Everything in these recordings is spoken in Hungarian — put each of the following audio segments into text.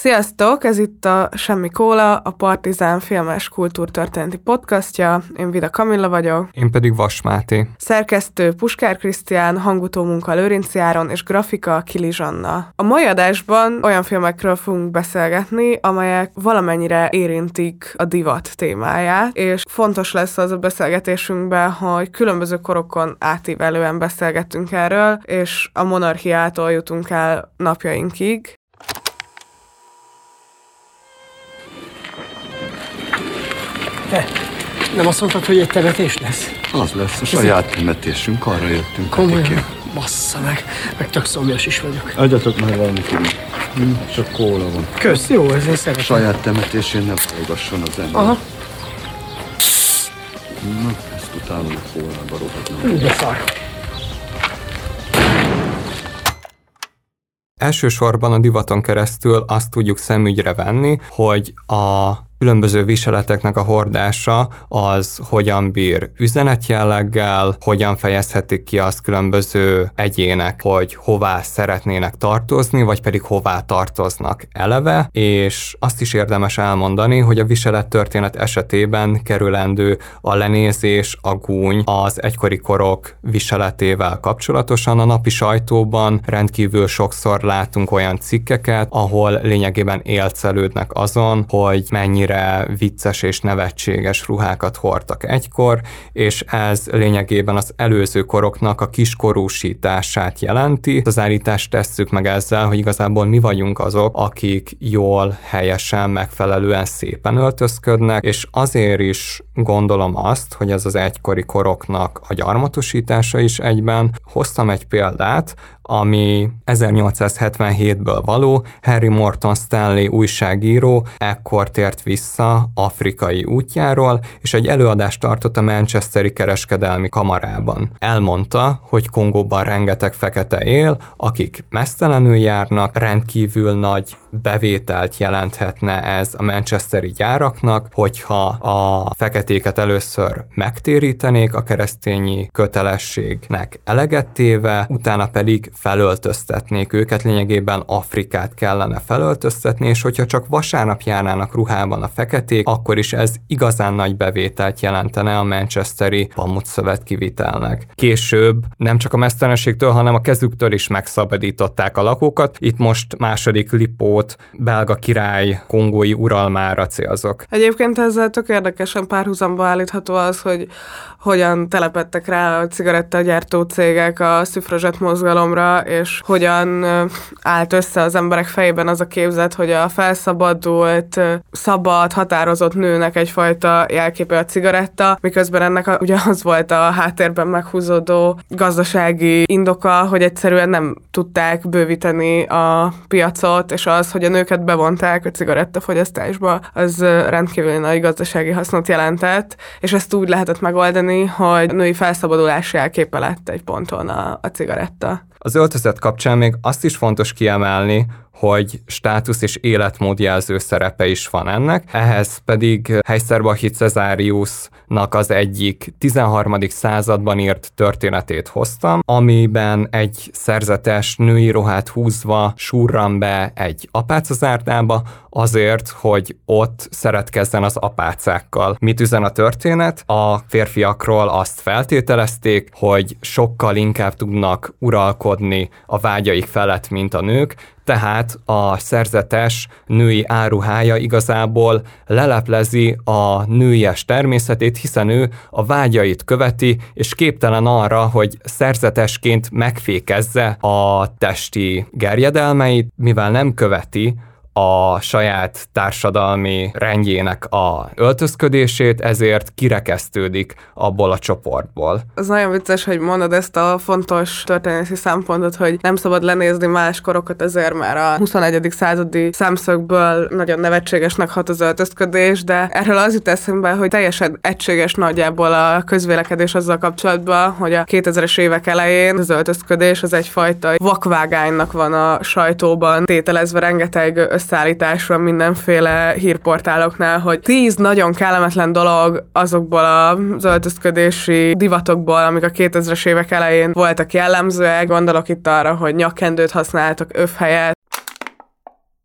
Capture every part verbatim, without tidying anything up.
Sziasztok! Ez itt a Semmi Kóla, a Partizán filmes kultúrtörténeti podcastja. Én Vida Kamilla vagyok. Én pedig Vas Máté. Szerkesztő Puskár Krisztián, hangutómunka Lőrinczi Áron és grafika Kili Zsanna. A mai adásban olyan filmekről fogunk beszélgetni, amelyek valamennyire érintik a divat témáját, és fontos lesz az a beszélgetésünkben, hogy különböző korokon átívelően beszélgettünk erről, és a monarchiától jutunk el napjainkig. Te, nem azt mondtad, hogy egy temetés lesz? Az lesz, a saját temetésünk, arra jöttünk. Komolyan? Bassza meg, meg tök szomjas is vagyok. Adjatok már valamit, hm, csak kóla van. Kösz, jó, ez én szeretem. Saját temetésén nem hallgasson az ember. Aha. Na, ezt utálom a kólába rohadnom. Hú, de szar. Elsősorban a divaton keresztül azt tudjuk szemügyre venni, hogy a különböző viseleteknek a hordása az hogyan bír üzenetjelleggel, hogyan fejezhetik ki azt különböző egyének, hogy hová szeretnének tartozni, vagy pedig hová tartoznak eleve, és azt is érdemes elmondani, hogy a viselettörténet esetében kerülendő a lenézés, a gúny az egykori korok viseletével kapcsolatosan. A napi sajtóban rendkívül sokszor látunk olyan cikkeket, ahol lényegében élcelődnek azon, hogy mennyi vicces és nevetséges ruhákat hordtak egykor, és ez lényegében az előző koroknak a kiskorúsítását jelenti. Az állítást tesszük meg ezzel, hogy igazából mi vagyunk azok, akik jól, helyesen, megfelelően szépen öltözködnek, és azért is gondolom azt, hogy ez az egykori koroknak a gyarmatosítása is egyben. Hoztam egy példát, ami ezernyolcszázhetvenhétből való. Henry Morton Stanley újságíró ekkor tért vissza afrikai útjáról, és egy előadást tartott a Manchesteri kereskedelmi kamarában. Elmondta, hogy Kongóban rengeteg fekete él, akik meztelenül járnak, rendkívül nagy bevételt jelenthetne ez a manchesteri gyáraknak, hogyha a feketéket először megtérítenék a keresztényi kötelességnek eleget téve, utána pedig felöltöztetnék őket, lényegében Afrikát kellene felöltöztetni, és hogyha csak vasárnap járnának ruhában a feketék, akkor is ez igazán nagy bevételt jelentene a manchesteri pamutszövet kivitelnek. Később nem csak a meztelenségtől, hanem a kezüktől is megszabadították a lakókat. Itt most második Lipót belga király kongói uralmára célzok. Egyébként ezzel tök érdekesen párhuzamba állítható az, hogy hogyan telepedtek rá a cigarettagyártó cégek a szüfrazsett mozgalomra, és hogyan állt össze az emberek fejében az a képzet, hogy a felszabadult, szabad, határozott nőnek egyfajta jelképe a cigaretta, miközben ennek a, ugye az volt a háttérben meghúzódó gazdasági indoka, hogy egyszerűen nem tudták bővíteni a piacot, és az, hogy a nőket bevonták a cigarettafogyasztásba, az rendkívül nagy gazdasági hasznot jelentett, és ezt úgy lehetett megoldani, hogy a női felszabadulás jelképe lett egy ponton a, a cigaretta. Az öltözet kapcsán még azt is fontos kiemelni, hogy státusz és életmódjelző szerepe is van ennek. Ehhez pedig Heisterbachy Caesariusnak az egyik tizenharmadik században írt történetét hoztam, amiben egy szerzetes női ruhát húzva surran be egy apácazárdába azért, hogy ott szeretkezzen az apácákkal. Mit üzen a történet? A férfiakról azt feltételezték, hogy sokkal inkább tudnak uralkodni a vágyaik felett, mint a nők, tehát a szerzetes női áruhája igazából leleplezi a nőies természetét, hiszen ő a vágyait követi, és képtelen arra, hogy szerzetesként megfékezze a testi gerjedelmeit, mivel nem követi a saját társadalmi rendjének a öltözködését, ezért kirekesztődik abból a csoportból. Az nagyon vicces, hogy mondod ezt a fontos történeti szempontot, hogy nem szabad lenézni más korokat, ezért már a huszonegyedik századi szemszögből nagyon nevetségesnek hat az öltözködés, de erről az jut eszembe, hogy teljesen egységes nagyjából a közvélekedés azzal kapcsolatban, hogy a kétezres évek elején az öltözködés az egyfajta vakvágánynak van a sajtóban tételezve, rengeteg összeállítás van mindenféle hírportáloknál, hogy tíz nagyon kellemetlen dolog azokból az öltözködési divatokból, amik a kétezres évek elején voltak jellemzőek. Gondolok itt arra, hogy nyakkendőt használtak öv helyett,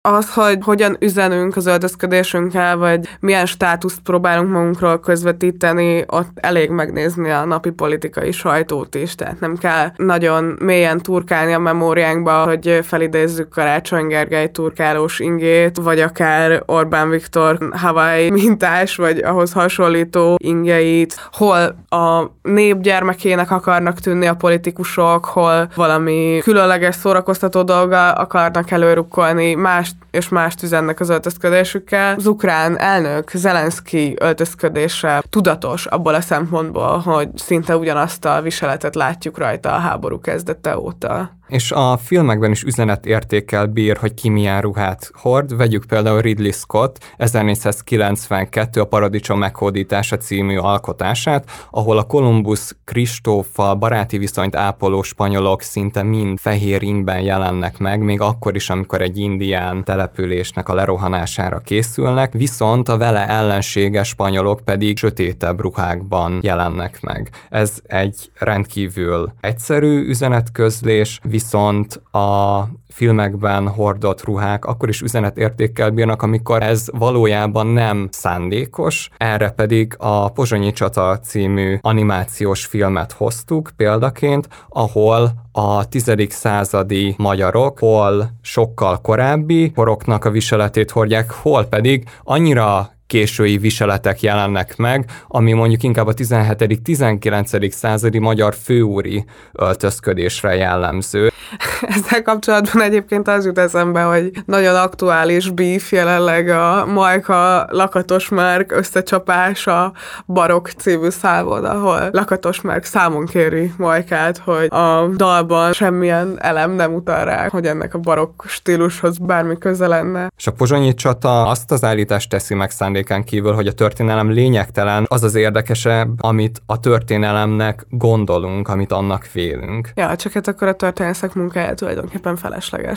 Az, hogy hogyan üzenünk az öltözködésünkkel, vagy milyen státuszt próbálunk magunkról közvetíteni, ott elég megnézni a napi politikai sajtót is, tehát nem kell nagyon mélyen turkálni a memóriánkba, hogy felidézzük Karácsony Gergely turkálós ingét, vagy akár Orbán Viktor Hawaii mintás, vagy ahhoz hasonlító ingeit, hol a nép gyermekének akarnak tűnni a politikusok, hol valami különleges szórakoztató dolga akarnak előrukkolni, más és mást üzennek az öltözködésükkel. Az ukrán elnök Zelenszky öltözködése tudatos abból a szempontból, hogy szinte ugyanazt a viseletet látjuk rajta a háború kezdete óta. És a filmekben is üzenetértékkel bír, hogy ki milyen ruhát hord. Vegyük például Ridley Scott ezernégyszázkilencvenkettő a Paradicsom meghódítása című alkotását, ahol a Kolumbusz Kristóffal baráti viszonyt ápoló spanyolok szinte mind fehér ingben jelennek meg, még akkor is, amikor egy indián településnek a lerohanására készülnek, viszont a vele ellenséges spanyolok pedig sötétebb ruhákban jelennek meg. Ez egy rendkívül egyszerű üzenetközlés, viszont a filmekben hordott ruhák akkor is üzenetértékkel bírnak, amikor ez valójában nem szándékos. Erre pedig a Pozsonyi csata című animációs filmet hoztuk példaként, ahol a tizedik századi magyarok hol sokkal korábbi koroknak a viseletét hordják, hol pedig annyira késői viseletek jelennek meg, ami mondjuk inkább a tizenhetedik-tizenkilencedik századi magyar főúri öltözködésre jellemző. Ezzel kapcsolatban egyébként az jut eszembe, hogy nagyon aktuális beef jelenleg a Majka Lakatosmárk összecsapása Barokk című számon, ahol Lakatosmárk számon kéri Majkát, hogy a dalban semmilyen elem nem utal rá, hogy ennek a barokk stílushoz bármi köze lenne. És a Pozsonyi csata azt az állítást teszi meg szándékán kívül, hogy a történelem lényegtelen, az az érdekesebb, amit a történelemnek gondolunk, amit annak vélünk. Ja, csak hát akkor a történészek munkája tulajdonképpen felesleges.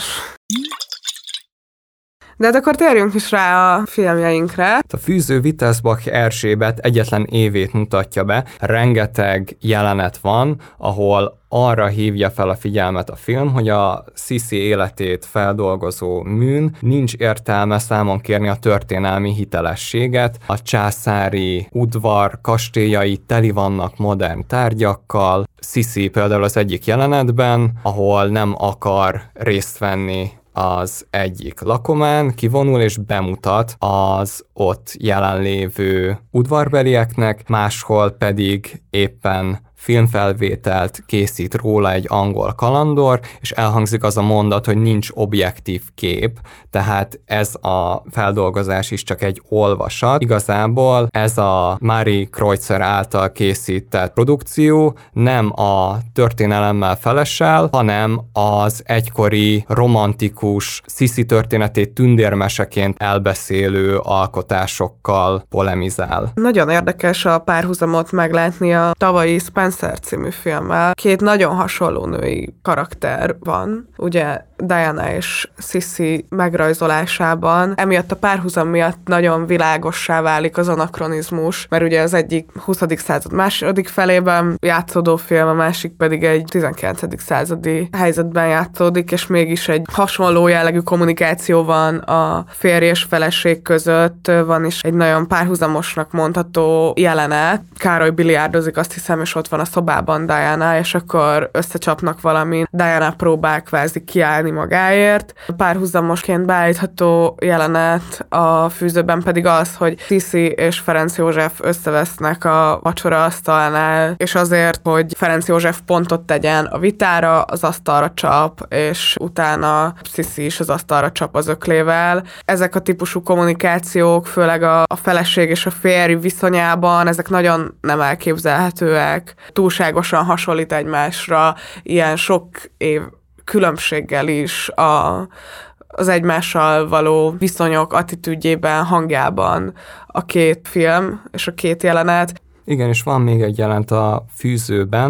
De hát akkor térjünk is rá a filmjeinkre. A Fűző Wittelsbach Erzsébet egyetlen évét mutatja be, rengeteg jelenet van, ahol arra hívja fel a figyelmet a film, hogy a Sisi életét feldolgozó műn nincs értelme számon kérni a történelmi hitelességet. A császári udvar kastélyai teli vannak modern tárgyakkal. Sisi például az egyik jelenetben, ahol nem akar részt venni az egyik lakomán, kivonul és bemutat az ott jelenlévő udvarbelieknek, máshol pedig éppen filmfelvételt készít róla egy angol kalandor, és elhangzik az a mondat, hogy nincs objektív kép, tehát ez a feldolgozás is csak egy olvasat. Igazából ez a Marie Kreutzer által készített produkció nem a történelemmel felesel, hanem az egykori romantikus Sisi történetét tündérmeseként elbeszélő alkotásokkal polemizál. Nagyon érdekes a párhuzamot meglátni a tavalyi Spencer című filmmel. Két nagyon hasonló női karakter van, ugye Diana és Sisi megrajzolásában. Emiatt a párhuzam miatt nagyon világossá válik az anakronizmus, mert ugye az egyik huszadik század második felében játszódó film, a másik pedig egy tizenkilencedik századi helyzetben játszódik, és mégis egy hasonló jellegű kommunikáció van a férj és feleség között. Van is egy nagyon párhuzamosnak mondható jelenet. Károly biliárdozik, azt hiszem, és ott van a szobában Diana, és akkor összecsapnak valamin. Diana próbál kvázi kiállni magáért. Párhuzamosként beállítható jelenet a Fűzőben pedig az, hogy Sisi és Ferenc József összevesznek a vacsoraasztalnál, és azért, hogy Ferenc József pontot tegyen a vitára, az asztalra csap, és utána Sisi is az asztalra csap az öklével. Ezek a típusú kommunikációk, főleg a, a feleség és a férj viszonyában, ezek nagyon nem elképzelhetőek. Túlságosan hasonlít egymásra, ilyen sok év különbséggel is a, az egymással való viszonyok attitűdjében, hangjában a két film és a két jelenet. Igen, és van még egy jelent a Fűzőben,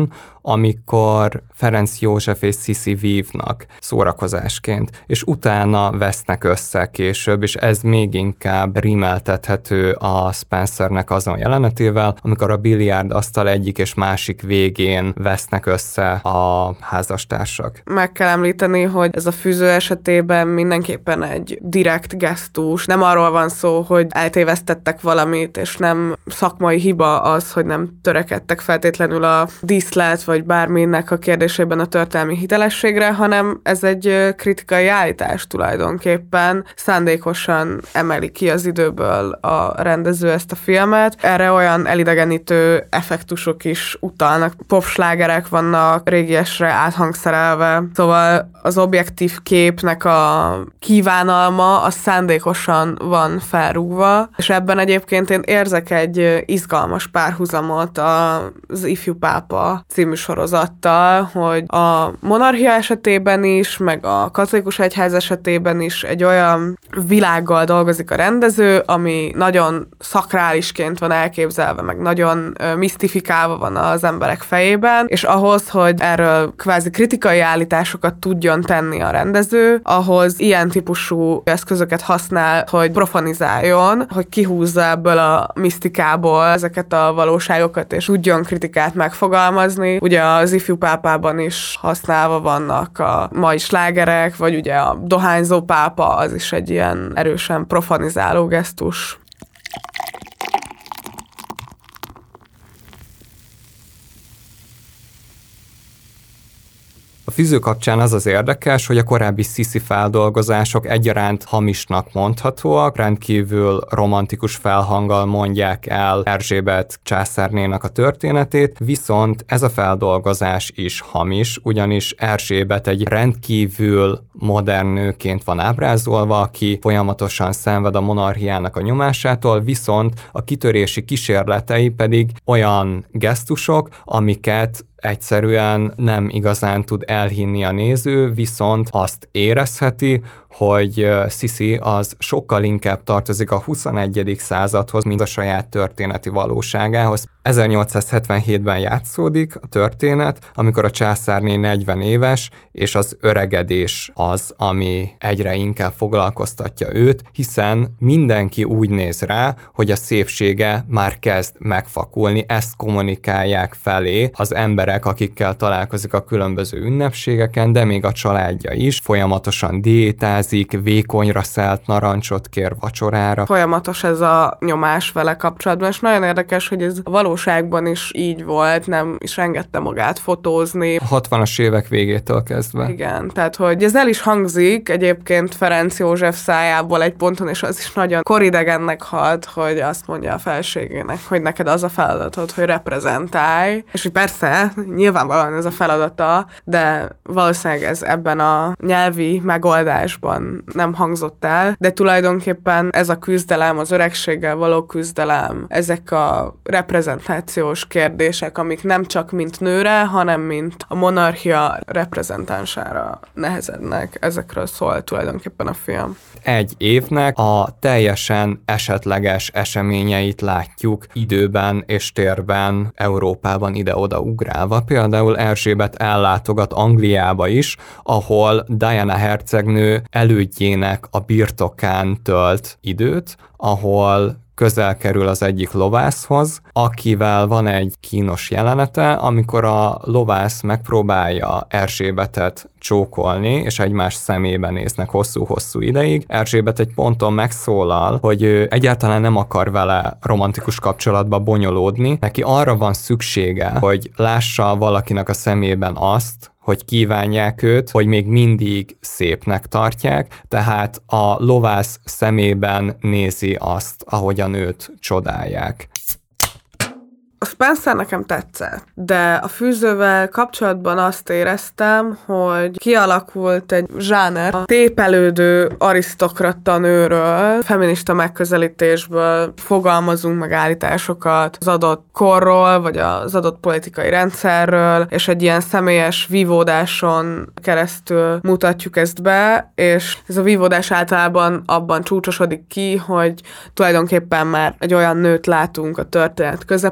amikor Ferenc József és Sisi vívnak szórakozásként, és utána vesznek össze később, és ez még inkább rímeltethető a Spencernek azon jelenetével, amikor a biliárd asztal egyik és másik végén vesznek össze a házastársak. Meg kell említeni, hogy ez a fűző esetében mindenképpen egy direkt gesztus. Nem arról van szó, hogy eltévesztettek valamit, és nem szakmai hiba az, hogy nem törekedtek feltétlenül a díszlet, vagy bárminek a kérdésében a történelmi hitelességre, hanem ez egy kritikai állítás tulajdonképpen. Szándékosan emeli ki az időből a rendező ezt a filmet. Erre olyan elidegenítő effektusok is utalnak. Popslágerek vannak régiesre áthangszerelve. Szóval az objektív képnek a kívánalma az szándékosan van felrúgva, és ebben egyébként én érzek egy izgalmas párhuzamot az Ifjú pápa című sorozattal, hogy a monarchia esetében is, meg a katolikus egyház esetében is egy olyan világgal dolgozik a rendező, ami nagyon szakrálisként van elképzelve, meg nagyon misztifikálva van az emberek fejében, és ahhoz, hogy erről kvázi kritikai állításokat tudjon tenni a rendező, ahhoz ilyen típusú eszközöket használ, hogy profanizáljon, hogy kihúzza ebből a misztikából ezeket a valóságokat, és tudjon kritikát megfogalmazni. Ugye az Ifjú pápában is használva vannak a mai slágerek, vagy ugye a dohányzó pápa, az is egy ilyen erősen profanizáló gesztus. A fűző kapcsán az az érdekes, hogy a korábbi Sisi feldolgozások egyaránt hamisnak mondhatóak, rendkívül romantikus felhanggal mondják el Erzsébet császárnénak a történetét, viszont ez a feldolgozás is hamis, ugyanis Erzsébet egy rendkívül modern nőként van ábrázolva, aki folyamatosan szenved a monarchiának a nyomásától, viszont a kitörési kísérletei pedig olyan gesztusok, amiket egyszerűen nem igazán tud elhinni a néző, viszont azt érezheti, hogy Sisi az sokkal inkább tartozik a huszonegyedik századhoz, mint a saját történeti valóságához. ezernyolcszázhetvenhétben játszódik a történet, amikor a császárné negyven éves, és az öregedés az, ami egyre inkább foglalkoztatja őt, hiszen mindenki úgy néz rá, hogy a szépsége már kezd megfakulni, ezt kommunikálják felé az emberek, akikkel találkozik a különböző ünnepségeken, de még a családja is folyamatosan diétázik, vékonyra szelt narancsot kér vacsorára. Folyamatos ez a nyomás vele kapcsolatban, és nagyon érdekes, hogy ez a valóságban is így volt, nem is engedte magát fotózni. A hatvanas évek végétől kezdve. Igen, tehát hogy ez el is hangzik egyébként Ferenc József szájából egy ponton, és az is nagyon koridegennek hat, hogy azt mondja a felségének, hogy neked az a feladatod, hogy reprezentálj, és hogy persze, nyilvánvalóan ez a feladata, de valószínűleg ez ebben a nyelvi megoldásban nem hangzott el, de tulajdonképpen ez a küzdelem, az öregséggel való küzdelem, ezek a reprezentációs kérdések, amik nem csak mint nőre, hanem mint a monarchia reprezentánsára nehezednek. Ezekről szól tulajdonképpen a film. Egy évnek a teljesen esetleges eseményeit látjuk időben és térben, Európában ide-oda ugrálva. Például Erzsébet ellátogat Angliába is, ahol Diana hercegnő elődjének a birtokán tölt időt, ahol közel kerül az egyik lovászhoz, akivel van egy kínos jelenete, amikor a lovász megpróbálja Erzsébetet csókolni, és egymás szemébe néznek hosszú-hosszú ideig. Erzsébet egy ponton megszólal, hogy ő egyáltalán nem akar vele romantikus kapcsolatba bonyolódni. Neki arra van szüksége, hogy lássa valakinek a szemében azt, hogy kívánják őt, hogy még mindig szépnek tartják, tehát a lovász szemében nézi azt, ahogyan őt csodálják. A Spencer nekem tetszett, de a fűzővel kapcsolatban azt éreztem, hogy kialakult egy zsáner a tépelődő arisztokrata nőről, feminista megközelítésből fogalmazunk meg állításokat az adott korról, vagy az adott politikai rendszerről, és egy ilyen személyes vívódáson keresztül mutatjuk ezt be, és ez a vívódás általában abban csúcsosodik ki, hogy tulajdonképpen már egy olyan nőt látunk a történet közepére,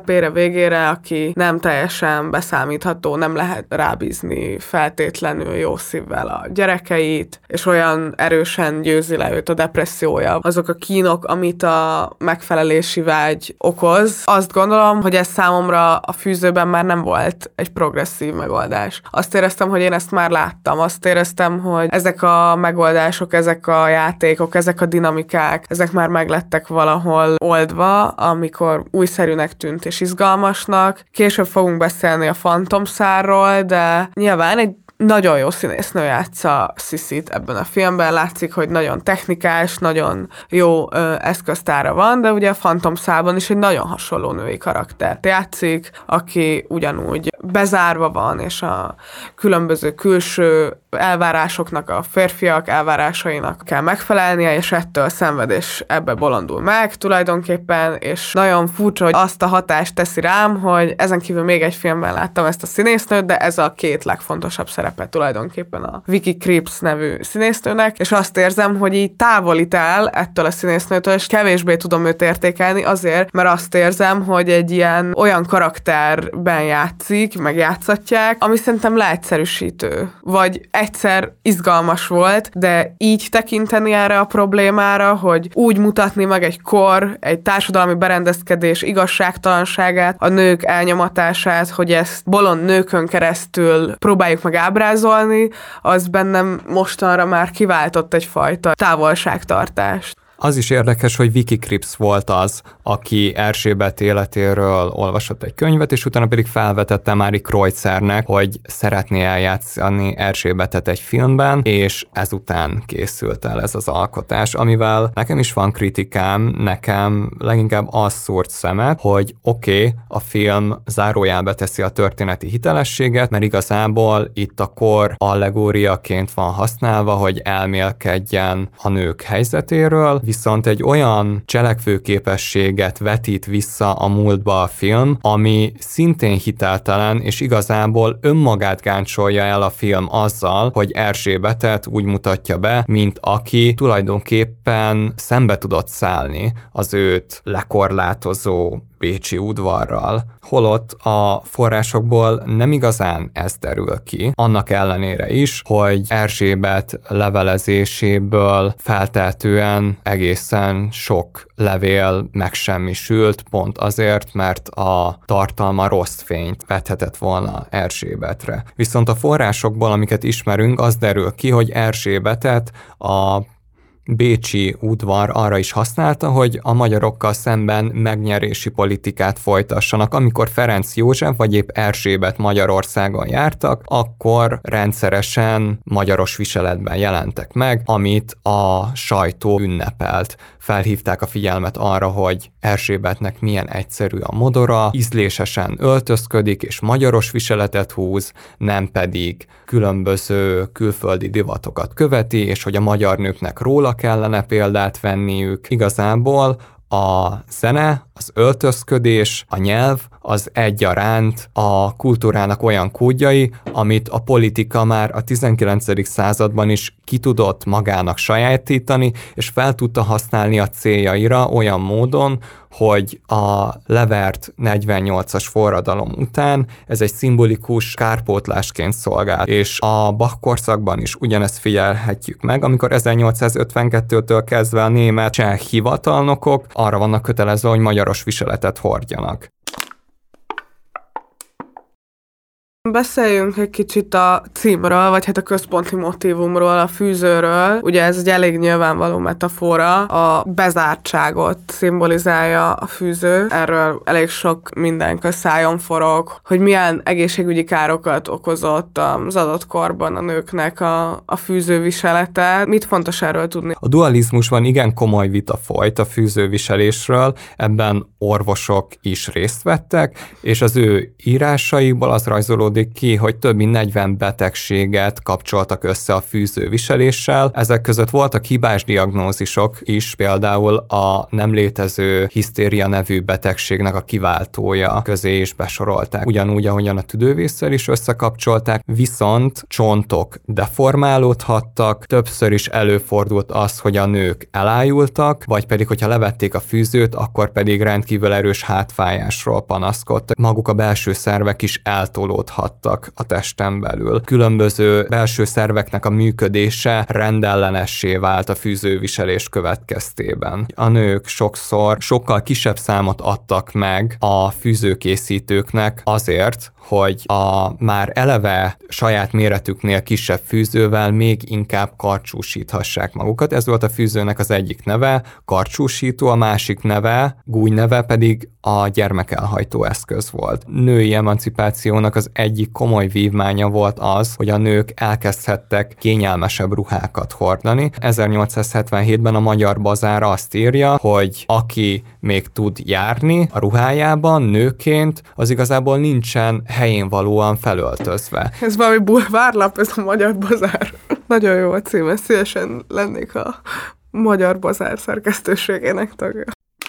végére, aki nem teljesen beszámítható, nem lehet rábízni feltétlenül jó szívvel a gyerekeit, és olyan erősen győzi le őt a depressziója. Azok a kínok, amit a megfelelési vágy okoz, azt gondolom, hogy ez számomra a Fűzőben már nem volt egy progresszív megoldás. Azt éreztem, hogy én ezt már láttam. Azt éreztem, hogy ezek a megoldások, ezek a játékok, ezek a dinamikák, ezek már meglettek valahol oldva, amikor újszerűnek tűnt és izgalmasnak. Később fogunk beszélni a Fantomszárról, de nyilván egy nagyon jó színésznő játsza Sisit ebben a filmben, látszik, hogy nagyon technikás, nagyon jó ö, eszköztára van, de ugye a Fantomszárban is egy nagyon hasonló női karaktert játszik, aki ugyanúgy bezárva van, és a különböző külső elvárásoknak, a férfiak elvárásainak kell megfelelnie, és ettől szenved, és ebbe bolondul meg tulajdonképpen, és nagyon furcsa, hogy azt a hatást teszi rám, hogy ezen kívül még egy filmben láttam ezt a színésznőt, de ez a két legfontosabb szerepe tulajdonképpen a Vicky Krieps nevű színésznőnek, és azt érzem, hogy így távolít el ettől a színésznőtől, és kevésbé tudom őt értékelni azért, mert azt érzem, hogy egy ilyen olyan karakterben játszik, meg játszatják, ami szerintem leegyszerűsítő, vagy egyszer izgalmas volt, de így tekinteni erre a problémára, hogy úgy mutatni meg egy kor, egy társadalmi berendezkedés igazságtalanságát, a nők elnyomatását, hogy ezt bolond nőkön keresztül próbáljuk meg ábrázolni, az bennem mostanra már kiváltott egyfajta távolságtartást. Az is érdekes, hogy Vicky Krieps volt az, aki Erzsébet életéről olvasott egy könyvet, és utána pedig felvetette Mári Kreutzernek, hogy szeretné eljátszani Erzsébetet egy filmben, és ezután készült el ez az alkotás, amivel nekem is van kritikám, nekem leginkább az szórt szemet, hogy oké, okay, a film zárójelbe teszi a történeti hitelességet, mert igazából itt a kor allegóriaként van használva, hogy elmélkedjen a nők helyzetéről, viszont egy olyan cselekvőképességet vetít vissza a múltba a film, ami szintén hiteltelen, és igazából önmagát gáncsolja el a film azzal, hogy Erzsébetet úgy mutatja be, mint aki tulajdonképpen szembe tudott szállni az őt lekorlátozó bécsi udvarral, holott a forrásokból nem igazán ez derül ki, annak ellenére is, hogy Erzsébet levelezéséből feltehetően egészen sok levél megsemmisült, pont azért, mert a tartalma rossz fényt vethetett volna Erzsébetre. Viszont a forrásokból, amiket ismerünk, az derül ki, hogy Erzsébetet a bécsi udvar arra is használta, hogy a magyarokkal szemben megnyerési politikát folytassanak. Amikor Ferenc József vagy épp Erzsébet Magyarországon jártak, akkor rendszeresen magyaros viseletben jelentek meg, amit a sajtó ünnepelt. Felhívták a figyelmet arra, hogy Erzsébetnek milyen egyszerű a modora, ízlésesen öltözködik és magyaros viseletet húz, nem pedig különböző külföldi divatokat követi, és hogy a magyar nőknek róla kellene példát venniük. Igazából a zene, az öltözködés, a nyelv az egyaránt a kultúrának olyan kódjai, amit a politika már a tizenkilencedik században is ki tudott magának sajátítani, és fel tudta használni a céljaira olyan módon, hogy a levert negyvennyolcas forradalom után ez egy szimbolikus kárpótlásként szolgál. És a Bach korszakban is ugyanezt figyelhetjük meg, amikor ezernyolcszázötvenkettőtől kezdve a német cseh hivatalnokok arra vannak kötelezve, hogy magyaros viseletet hordjanak. Beszéljünk egy kicsit a címről, vagy hát a központi motívumról, a fűzőről. Ugye ez egy elég nyilvánvaló metafora, a bezártságot szimbolizálja a fűző. Erről elég sok minden közszájon forog, hogy milyen egészségügyi károkat okozott az adott korban a nőknek a, a fűzőviselete. Mit fontos erről tudni? A dualizmusban igen komoly vita folyt a fűzőviselésről, ebben orvosok is részt vettek, és az ő írásaiból az rajzolódott bontakozódik ki, hogy több mint negyven betegséget kapcsoltak össze a fűzőviseléssel. Ezek között voltak hibás diagnózisok is, például a nem létező hisztéria nevű betegségnek a kiváltója közé is besorolták. Ugyanúgy, ahogyan a tüdővésszel is összekapcsolták, viszont csontok deformálódhattak, többször is előfordult az, hogy a nők elájultak, vagy pedig, hogyha levették a fűzőt, akkor pedig rendkívül erős hátfájásról panaszkodtak. Maguk a belső szervek is eltolódhattak a testen belül. Különböző belső szerveknek a működése rendellenessé vált a fűzőviselés következtében. A nők sokszor sokkal kisebb számot adtak meg a fűzőkészítőknek azért, hogy a már eleve saját méretüknél kisebb fűzővel még inkább karcsúsíthassák magukat. Ez volt a fűzőnek az egyik neve, karcsúsító, a másik neve, gúny neve pedig a gyermekelhajtó eszköz volt. Női emancipációnak az egyik komoly vívmánya volt az, hogy a nők elkezdhettek kényelmesebb ruhákat hordani. ezernyolcszázhetvenhétben a Magyar Bazár azt írja, hogy aki még tud járni a ruhájában nőként, az igazából nincsen helyén valóan felöltözve. Ez valami bulvárlap, ez a Magyar Bazár. Nagyon jó a cím, szívesen lennék a Magyar Bazár szerkesztőségének tagja.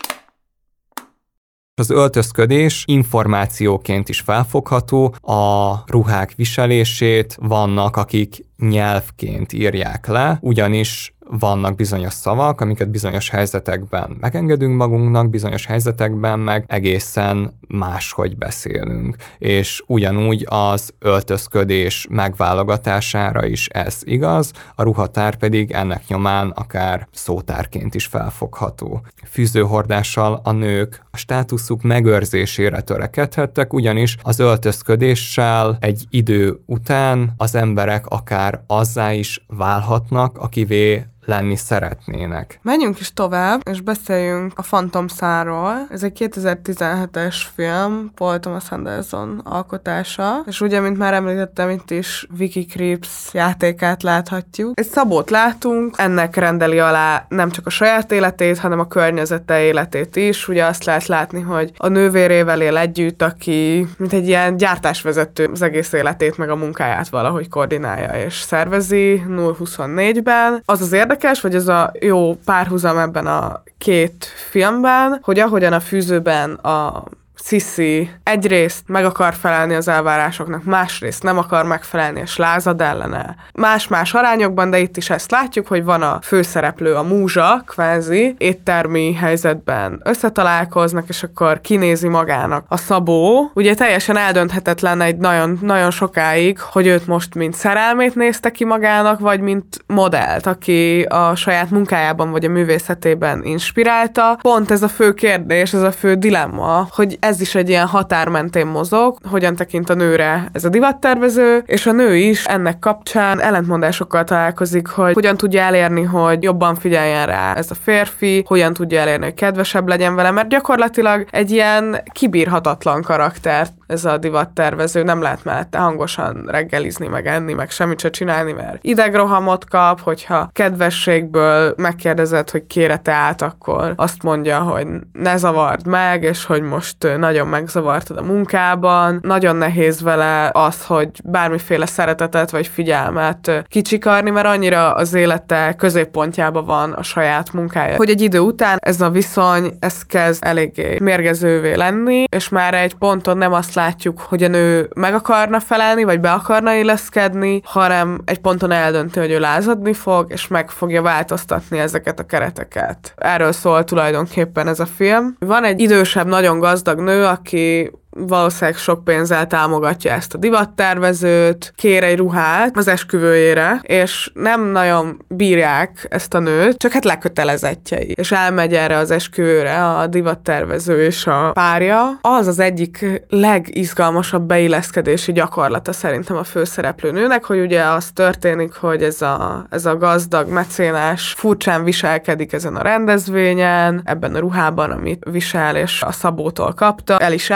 Az öltözködés információként is felfogható, a ruhák viselését vannak, akik nyelvként írják le, ugyanis vannak bizonyos szavak, amiket bizonyos helyzetekben megengedünk magunknak, bizonyos helyzetekben meg egészen máshogy beszélünk. És ugyanúgy az öltözködés megválogatására is ez igaz, a ruhatár pedig ennek nyomán akár szótárként is felfogható. Fűzőhordással a nők a státuszuk megőrzésére törekedhettek, ugyanis az öltözködéssel egy idő után az emberek akár azzá is válhatnak, akivé lenni szeretnének. Menjünk is tovább, és beszéljünk a Fantomszáról. Ez egy kétezer-tizenhetes film, Paul Thomas Anderson alkotása, és ugye, mint már említettem, itt is Vicky Krieps játékát láthatjuk. Egy Szabót látunk, ennek rendeli alá nem csak a saját életét, hanem a környezete életét is. Ugye azt lehet látni, hogy a nővérével él együtt, aki mint egy ilyen gyártásvezető az egész életét, meg a munkáját valahogy koordinálja és szervezi nulla huszonnégyben. Az az érdekes, vagy ez a jó párhuzam ebben a két filmben, hogy ahogyan a Fűzőben a Sissi egyrészt meg akar felelni az elvárásoknak, másrészt nem akar megfelelni, és lázad ellene. Más-más arányokban, de itt is ezt látjuk, hogy van a főszereplő, a múzsa, kvázi, éttermi helyzetben összetalálkoznak, és akkor kinézi magának a Szabó. Ugye teljesen eldönthetetlen egy nagyon, nagyon sokáig, hogy őt most mint szerelmét nézte ki magának, vagy mint modellt, aki a saját munkájában, vagy a művészetében inspirálta. Pont ez a fő kérdés, ez a fő dilemma, hogy ez is egy ilyen határ mentén mozog, hogyan tekint a nőre ez a divattervező, és a nő is ennek kapcsán ellentmondásokkal találkozik, hogy hogyan tudja elérni, hogy jobban figyeljen rá ez a férfi, hogyan tudja elérni, hogy kedvesebb legyen vele, mert gyakorlatilag egy ilyen kibírhatatlan karakter ez a divattervező, nem lehet mellette hangosan reggelizni, meg enni, meg semmit se csinálni, mert idegrohamot kap, hogyha kedvességből megkérdezed, hogy kére teát, akkor azt mondja, hogy ne zavard meg, és hogy most nagyon megzavartad a munkában. Nagyon nehéz vele az, hogy bármiféle szeretetet vagy figyelmet kicsikarni, mert annyira az élete középpontjában van a saját munkája, hogy egy idő után ez a viszony, ez kezd eléggé mérgezővé lenni, és már egy ponton nem azt látjuk, hogy a nő meg akarna felelni, vagy be akarna illeszkedni, hanem egy ponton eldönti, hogy ő lázadni fog, és meg fogja változtatni ezeket a kereteket. Erről szól tulajdonképpen ez a film. Van egy idősebb, nagyon gazdag nő, aki valószínűleg sok pénzzel támogatja ezt a divattervezőt, kér egy ruhát az esküvőjére, és nem nagyon bírják ezt a nőt, csak hát lekötelezettjei. És elmegy erre az esküvőre a divattervező és a párja. Az az egyik legizgalmasabb beilleszkedési gyakorlata szerintem a főszereplő nőnek, hogy ugye az történik, hogy ez a, ez a gazdag mecénás furcsán viselkedik ezen a rendezvényen, ebben a ruhában, amit visel és a Szabótól kapta, el is ájul,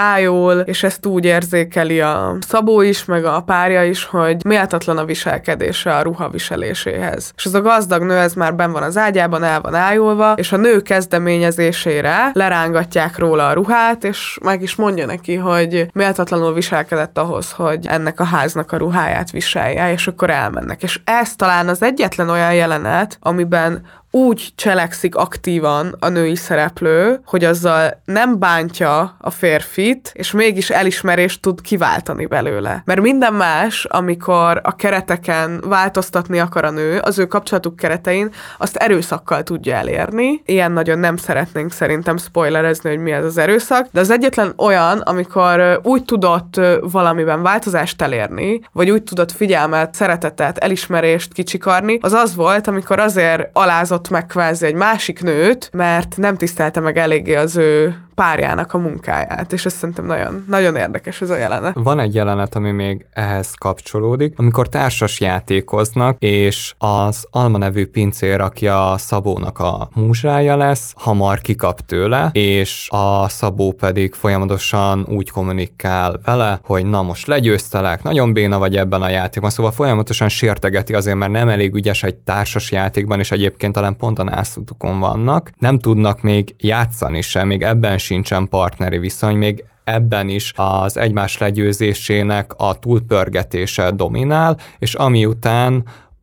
például, és ezt úgy érzékeli a Szabó is, meg a párja is, hogy méltatlan a viselkedése a ruha viseléséhez. És ez a gazdag nő, ez már benn van az ágyában, el van ájulva, és a nő kezdeményezésére lerángatják róla a ruhát, és meg is mondja neki, hogy méltatlanul viselkedett ahhoz, hogy ennek a háznak a ruháját viselje, és akkor elmennek. És ez talán az egyetlen olyan jelenet, amiben úgy cselekszik aktívan a női szereplő, hogy azzal nem bántja a férfit, és mégis elismerést tud kiváltani belőle. Mert minden más, amikor a kereteken változtatni akar a nő, az ő kapcsolatuk keretein, azt erőszakkal tudja elérni. Ilyen nagyon nem szeretnénk szerintem spoilerezni, hogy mi ez az erőszak, de az egyetlen olyan, amikor úgy tudott valamiben változást elérni, vagy úgy tudott figyelmet, szeretetet, elismerést kicsikarni, az az volt, amikor azért alázott meg kvázi egy másik nőt, mert nem tisztelte meg eléggé az ő párjának a munkáját, és ez szerintem nagyon, nagyon érdekes ez a jelenet. Van egy jelenet, ami még ehhez kapcsolódik, amikor társas játékoznak, és az Alma nevű pincér, aki a Szabónak a múzsája lesz, hamar kikap tőle, és a Szabó pedig folyamatosan úgy kommunikál vele, hogy na most legyőztelek, nagyon béna vagy ebben a játékban, szóval folyamatosan sértegeti azért, mert nem elég ügyes egy társas játékban, és egyébként talán pont a nászutukon vannak, nem tudnak még játszani sem, még ebben sincsen partneri viszony, még ebben is az egymás legyőzésének a túlpörgetése dominál, és ami után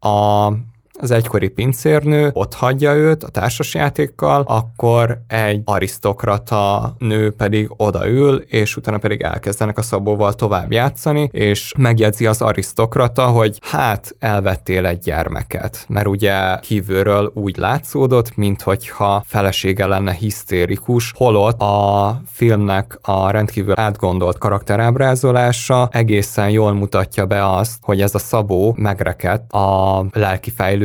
a az egykori pincérnő ott hagyja őt a társasjátékkal, akkor egy arisztokrata nő pedig odaül, és utána pedig elkezdenek a Szabóval tovább játszani, és megjegyzi az arisztokrata, hogy hát elvettél egy gyermeket, mert ugye kívülről úgy látszódott, minthogyha felesége lenne hisztérikus, holott a filmnek a rendkívül átgondolt karakterábrázolása egészen jól mutatja be azt, hogy ez a Szabó megrekedt a lelki fejlődésnek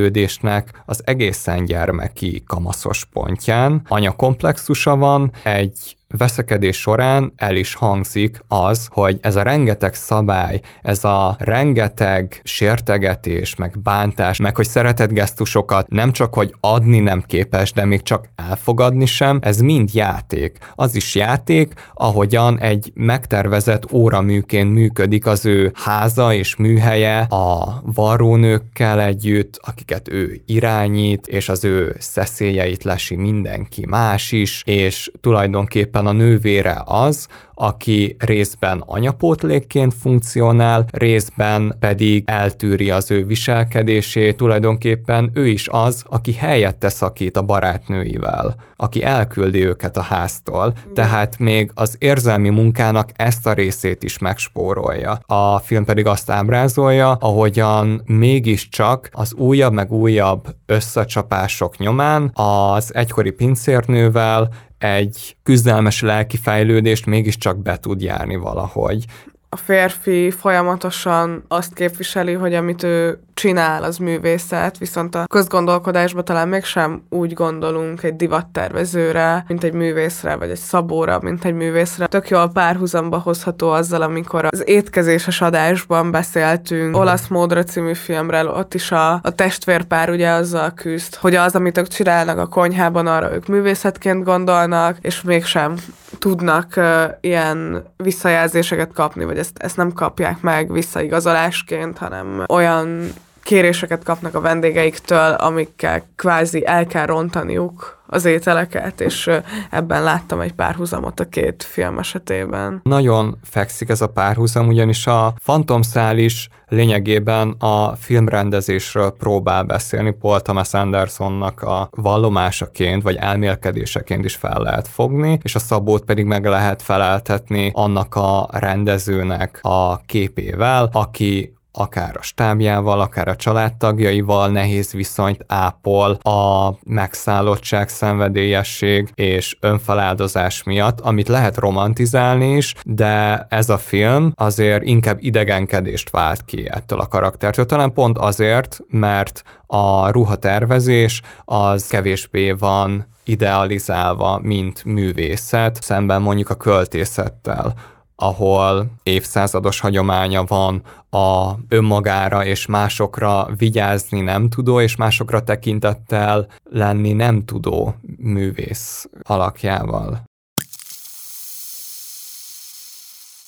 az egészen gyermeki kamaszos pontján. Anyakomplexusa van, egy veszekedés során el is hangzik az, hogy ez a rengeteg szabály, ez a rengeteg sértegetés, meg bántás, meg hogy szeretetgesztusokat nem csak, hogy adni nem képes, de még csak elfogadni sem, ez mind játék. Az is játék, ahogyan egy megtervezett óraműként működik az ő háza és műhelye a varrónőkkel együtt, akiket ő irányít, és az ő szeszélyeit lesi mindenki más is, és tulajdonképpen a nővére az, aki részben anyapótlékként funkcionál, részben pedig eltűri az ő viselkedését, tulajdonképpen ő is az, aki helyette szakít a barátnőivel, aki elküldi őket a háztól, tehát még az érzelmi munkának ezt a részét is megspórolja. A film pedig azt ábrázolja, ahogyan mégiscsak az újabb meg újabb összecsapások nyomán az egykori pincérnővel egy küzdelmes lelki fejlődést mégiscsak be tud járni valahogy. A férfi folyamatosan azt képviseli, hogy amit ő csinál, az művészet, viszont a közgondolkodásban talán mégsem úgy gondolunk egy divattervezőre, mint egy művészre, vagy egy Szabóra, mint egy művészre. Tök jól párhuzamba hozható azzal, amikor az étkezéses adásban beszéltünk Olasz módra című filmről, ott is a, a testvérpár ugye azzal küzd, hogy az, amit ők csinálnak a konyhában, arra ők művészetként gondolnak, és mégsem tudnak uh, ilyen visszajelzéseket kapni, vagy ezt, ezt nem kapják meg visszaigazolásként, hanem olyan kéréseket kapnak a vendégeiktől, amikkel kvázi el kell rontaniuk az ételeket, és ebben láttam egy párhuzamot a két film esetében. Nagyon fekszik ez a párhuzam, ugyanis a Fantomszál is lényegében a filmrendezésről próbál beszélni, Paul Thomas Andersonnak a vallomásaként, vagy elmélkedéseként is fel lehet fogni, és a Szabót pedig meg lehet feleltetni annak a rendezőnek a képével, aki akár a stábjával, akár a családtagjaival nehéz viszonyt ápol a megszállottság, szenvedélyesség és önfeláldozás miatt, amit lehet romantizálni is, de ez a film azért inkább idegenkedést vált ki ettől a karaktertől. Talán pont azért, mert a ruhatervezés az kevésbé van idealizálva, mint művészet, szemben mondjuk a költészettel, ahol évszázados hagyománya van a önmagára és másokra vigyázni nem tudó, és másokra tekintettel lenni nem tudó művész alakjával.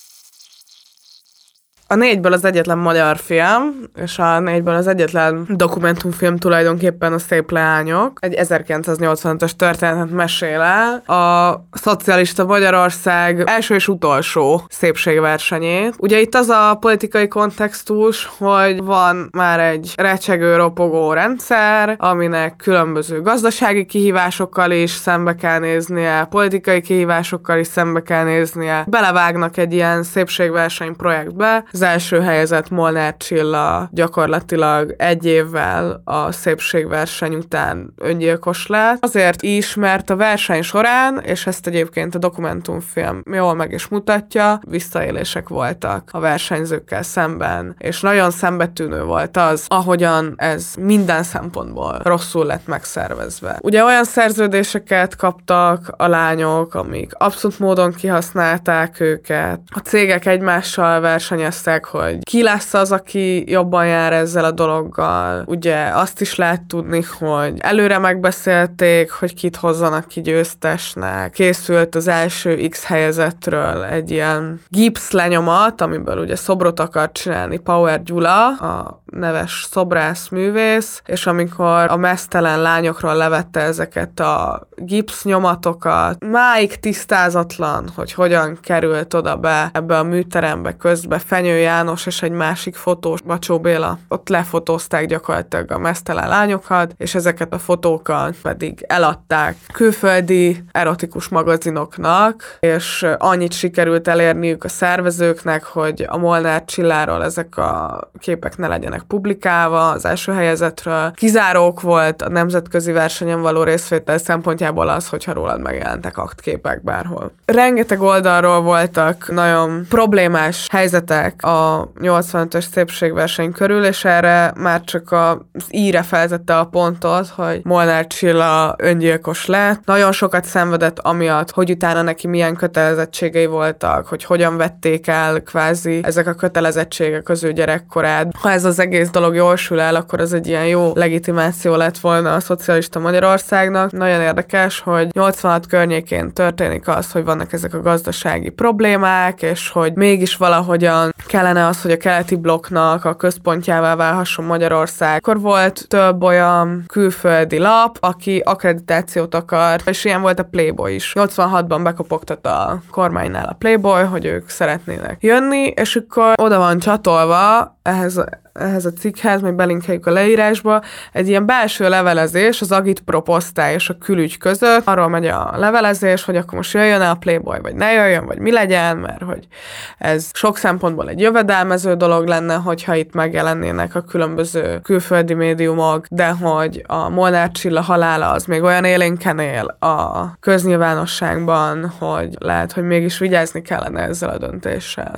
A négyből az egyetlen magyar film, és a négyből az egyetlen dokumentumfilm tulajdonképpen a Szép leányok. Egy ezerkilencszáznyolcvanötös történetet mesél el a szocialista Magyarország első és utolsó szépségversenyét. Ugye itt az a politikai kontextus, hogy van már egy recsegő, ropogó rendszer, aminek különböző gazdasági kihívásokkal is szembe kell néznie, politikai kihívásokkal is szembe kell néznie. Belevágnak egy ilyen szépségverseny projektbe. Az első helyezett Molnár Csilla gyakorlatilag egy évvel a szépségverseny után öngyilkos lett. Azért is, mert a verseny során, és ezt egyébként a dokumentumfilm jól meg is mutatja, visszaélések voltak a versenyzőkkel szemben, és nagyon szembetűnő volt az, ahogyan ez minden szempontból rosszul lett megszervezve. Ugye olyan szerződéseket kaptak a lányok, amik abszolút módon kihasználták őket. A cégek egymással versenyeztek, hogy ki lesz az, aki jobban jár ezzel a dologgal. Ugye azt is lehet tudni, hogy előre megbeszélték, hogy kit hozzanak ki győztesnek. Készült az első X helyezettről egy ilyen gipsz lenyomat, amiből ugye szobrot akart csinálni Power Gyula, a neves szobrász művész, és amikor a meztelen lányokról levette ezeket a gipsz nyomatokat, máig tisztázatlan, hogy hogyan került oda be ebbe a műterembe közbe Fenyő János és egy másik fotós, Bacsó Béla, ott lefotózták gyakorlatilag a meztelen lányokat, és ezeket a fotókat pedig eladták külföldi erotikus magazinoknak, és annyit sikerült elérniük a szervezőknek, hogy a Molnár Csilláról ezek a képek ne legyenek publikálva, az első helyezetről. Kizárók volt a nemzetközi versenyen való részvétel szempontjából az, hogyha rólad megjelentek aktképek bárhol. Rengeteg oldalról voltak nagyon problémás helyzetek a nyolcvanötös szépségverseny körül, és erre már csak az íre feltette a pontot, hogy Molnár Csilla öngyilkos lett. Nagyon sokat szenvedett amiatt, hogy utána neki milyen kötelezettségei voltak, hogy hogyan vették el kvázi ezek a kötelezettségek az ő gyerekkorát. Ha ez az egész dolog jól sül el, akkor az egy ilyen jó legitimáció lett volna a szocialista Magyarországnak. Nagyon érdekes, hogy nyolcvanhat környékén történik az, hogy vannak ezek a gazdasági problémák, és hogy mégis valahogyan kellene az, hogy a keleti blokknak a központjává válhasson Magyarország. Akkor volt több olyan külföldi lap, aki akkreditációt akar, és ilyen volt a Playboy is. nyolcvanhatban bekopogtat a kormánynál a Playboy, hogy ők szeretnének jönni, és akkor oda van csatolva ehhez ehhez a cikkhez, majd belinkeljük a leírásba, egy ilyen belső levelezés az Agitprop osztály és a külügy között. Arról megy a levelezés, hogy akkor most jöjjön-e a Playboy, vagy ne jöjjön, vagy mi legyen, mert hogy ez sok szempontból egy jövedelmező dolog lenne, hogyha itt megjelennének a különböző külföldi médiumok, de hogy a Molnár Csilla halála az még olyan élénken él a köznyilvánosságban, hogy lehet, hogy mégis vigyázni kellene ezzel a döntéssel.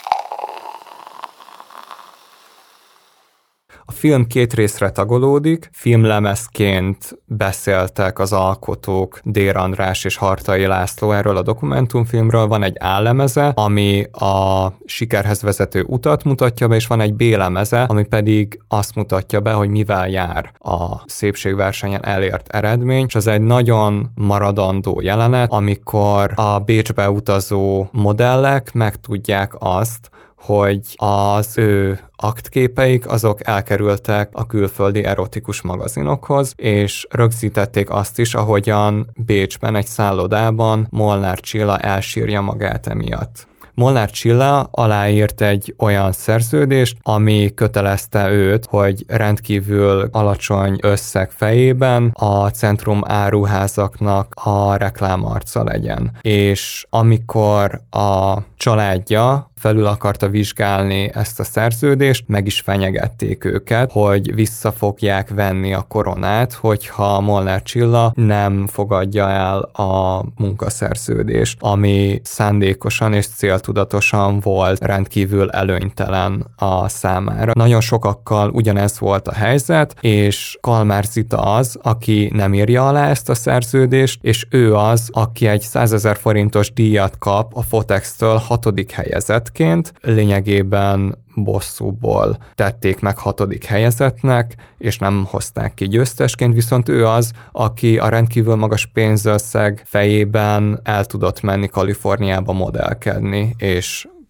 A film két részre tagolódik, filmlemezként beszéltek az alkotók, Dér András és Hartai László erről a dokumentumfilmről, van egy A-lemeze, ami a sikerhez vezető utat mutatja be, és van egy B-lemeze, ami pedig azt mutatja be, hogy mivel jár a szépségversenyen elért eredmény, és ez egy nagyon maradandó jelenet, amikor a Bécsbe utazó modellek megtudják azt, hogy az ő aktképeik azok elkerültek a külföldi erotikus magazinokhoz, és rögzítették azt is, ahogyan Bécsben egy szállodában Molnár Csilla elsírja magát emiatt. Molnár Csilla aláírt egy olyan szerződést, ami kötelezte őt, hogy rendkívül alacsony összeg fejében a centrum áruházaknak a reklámarca legyen. És amikor a családja felül akarta vizsgálni ezt a szerződést, meg is fenyegették őket, hogy vissza fogják venni a koronát, hogyha Molnár Csilla nem fogadja el a munkaszerződést, ami szándékosan és céltudatosan volt rendkívül előnytelen a számára. Nagyon sokakkal ugyanez volt a helyzet, és Kalmár Zita az, aki nem írja alá ezt a szerződést, és ő az, aki egy százezer forintos díjat kap a Fotextől hatodik helyezettként, lényegében bosszúból tették meg hatodik helyezettnek, és nem hozták ki győztesként, viszont ő az, aki a rendkívül magas pénzösszeg fejében el tudott menni Kaliforniába modellkedni, és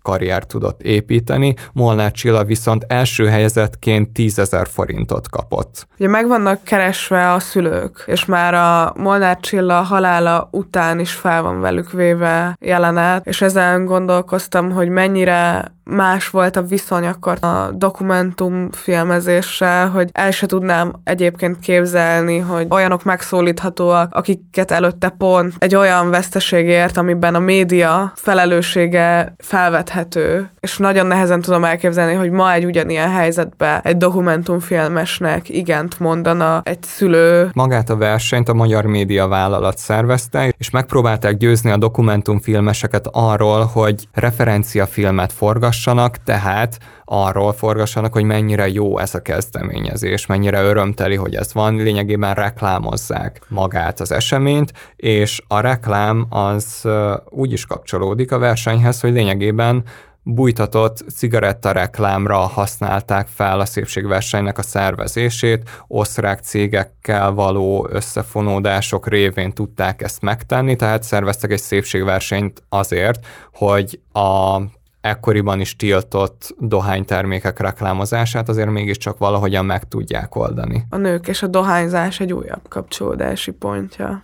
karriert tudott építeni, Molnár Csilla viszont első helyezettként tízezer forintot kapott. Ugye meg vannak keresve a szülők, és már a Molnár Csilla halála után is fel van velük véve jelenet, és ezen gondolkoztam, hogy mennyire más volt a viszony akkor a dokumentumfilmezéssel, hogy el se tudnám egyébként képzelni, hogy olyanok megszólíthatóak, akiket előtte pont egy olyan veszteségért, amiben a média felelőssége felvethető, és nagyon nehezen tudom elképzelni, hogy ma egy ugyanilyen helyzetben egy dokumentumfilmesnek igent mondana egy szülő. Magát a versenyt a Magyar Média Vállalat szervezte, és megpróbálták győzni a dokumentumfilmeseket arról, hogy referenciafilmet forgassanak, tehát arról forgassanak, hogy mennyire jó ez a kezdeményezés, mennyire örömteli, hogy ez van, lényegében reklámozzák magát az eseményt, és a reklám az úgy is kapcsolódik a versenyhez, hogy lényegében bújtatott cigarettareklámra használták fel a szépségversenynek a szervezését, osztrák cégekkel való összefonódások révén tudták ezt megtenni, tehát szerveztek egy szépségversenyt azért, hogy a ekkoriban is tiltott dohánytermékek reklámozását azért mégiscsak valahogyan meg tudják oldani. A nők és a dohányzás egy újabb kapcsolódási pontja.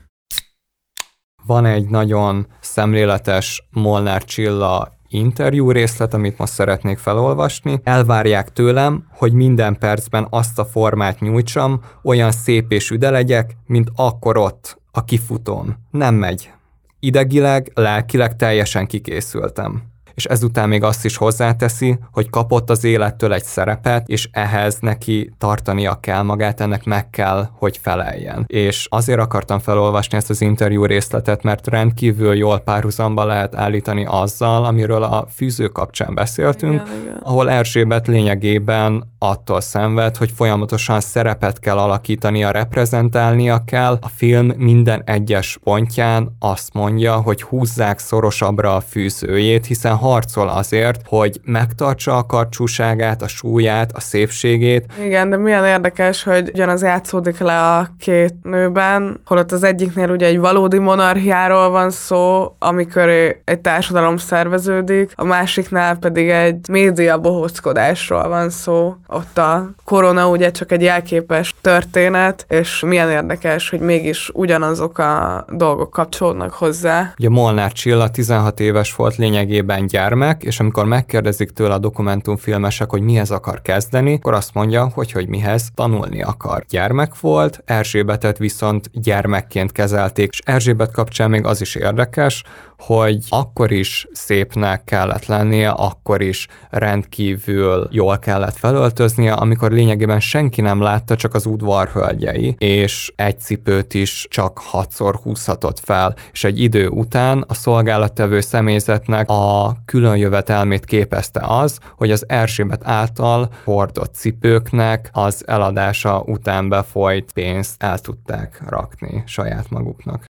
Van egy nagyon szemléletes Molnár Csilla interjú részlet, amit most szeretnék felolvasni. Elvárják tőlem, hogy minden percben azt a formát nyújtsam, olyan szép és üde legyek, mint akkor ott, a kifutón. Nem megy. Idegileg, lelkileg teljesen kikészültem. És ezután még azt is hozzáteszi, hogy kapott az élettől egy szerepet, és ehhez neki tartania kell magát, ennek meg kell, hogy feleljen. És azért akartam felolvasni ezt az interjú részletet, mert rendkívül jól párhuzamba lehet állítani azzal, amiről a Fűző kapcsán beszéltünk, igen, igen. ahol Erzsébet lényegében attól szenved, hogy folyamatosan szerepet kell alakítania, reprezentálnia kell. A film minden egyes pontján azt mondja, hogy húzzák szorosabbra a fűzőjét, hiszen harcol azért, hogy megtartsa a karcsúságát, a súlyát, a szépségét. Igen, de milyen érdekes, hogy ugyanaz játszódik le a két nőben, holott az egyiknél ugye egy valódi monarchiáról van szó, amikor egy társadalom szerveződik, a másiknál pedig egy média bohóckodásról van szó. Ott a korona ugye csak egy jelképes történet, és milyen érdekes, hogy mégis ugyanazok a dolgok kapcsolódnak hozzá. Ugye Molnár Csilla tizenhat éves volt, lényegében gyermek, és amikor megkérdezik tőle a dokumentumfilmesek, hogy mihez akar kezdeni, akkor azt mondja, hogy, hogy mihez tanulni akar. Gyermek volt, Erzsébetet viszont gyermekként kezelték, és Erzsébet kapcsán még az is érdekes, hogy akkor is szépnek kellett lennie, akkor is rendkívül jól kellett felöltöznie, amikor lényegében senki nem látta, csak az udvarhölgyei, és egy cipőt is csak hatszor húzhatott fel, és egy idő után a szolgálattevő személyzetnek a külön jövetelmét képezte az, hogy az Erzsébet által hordott cipőknek az eladása után befolyt pénzt el tudták rakni saját maguknak.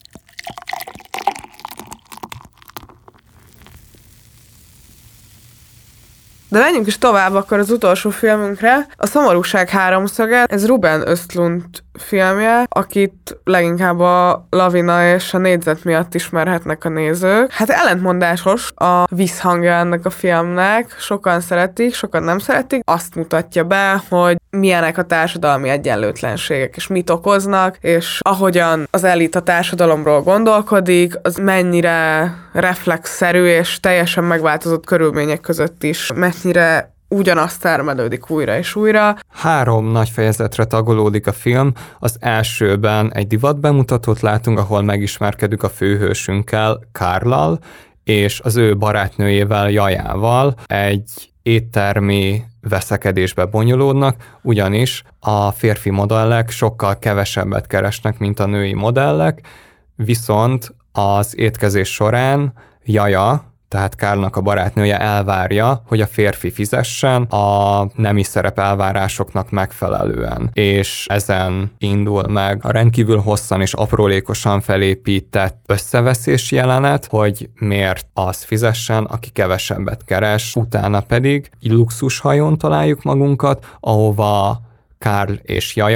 De menjünk is tovább akkor az utolsó filmünkre. A Szomorúság háromszöge, ez Ruben Östlund filmje, akit leginkább a Lavina és a Négyzet miatt ismerhetnek a nézők. Hát ellentmondásos a visszhangja ennek a filmnek, sokan szeretik, sokan nem szeretik. Azt mutatja be, hogy milyenek a társadalmi egyenlőtlenségek, és mit okoznak, és ahogyan az elit a társadalomról gondolkodik, az mennyire reflexzerű, és teljesen megváltozott körülmények között is, mennyire ugyanazt termelődik újra és újra. Három nagy fejezetre tagolódik a film. Az elsőben egy divatbemutatót látunk, ahol megismerkedünk a főhősünkkel, Karllal, és az ő barátnőjével, Jajával egy éttermi veszekedésbe bonyolódnak, ugyanis a férfi modellek sokkal kevesebbet keresnek, mint a női modellek, viszont az étkezés során Jaja, tehát Karlnak a barátnője elvárja, hogy a férfi fizessen a nemi szerep elvárásoknak megfelelően. És ezen indul meg a rendkívül hosszan és aprólékosan felépített összeveszés jelenet, hogy miért az fizessen, aki kevesebbet keres. Utána pedig egy luxushajón találjuk magunkat, ahova Karl és Jaja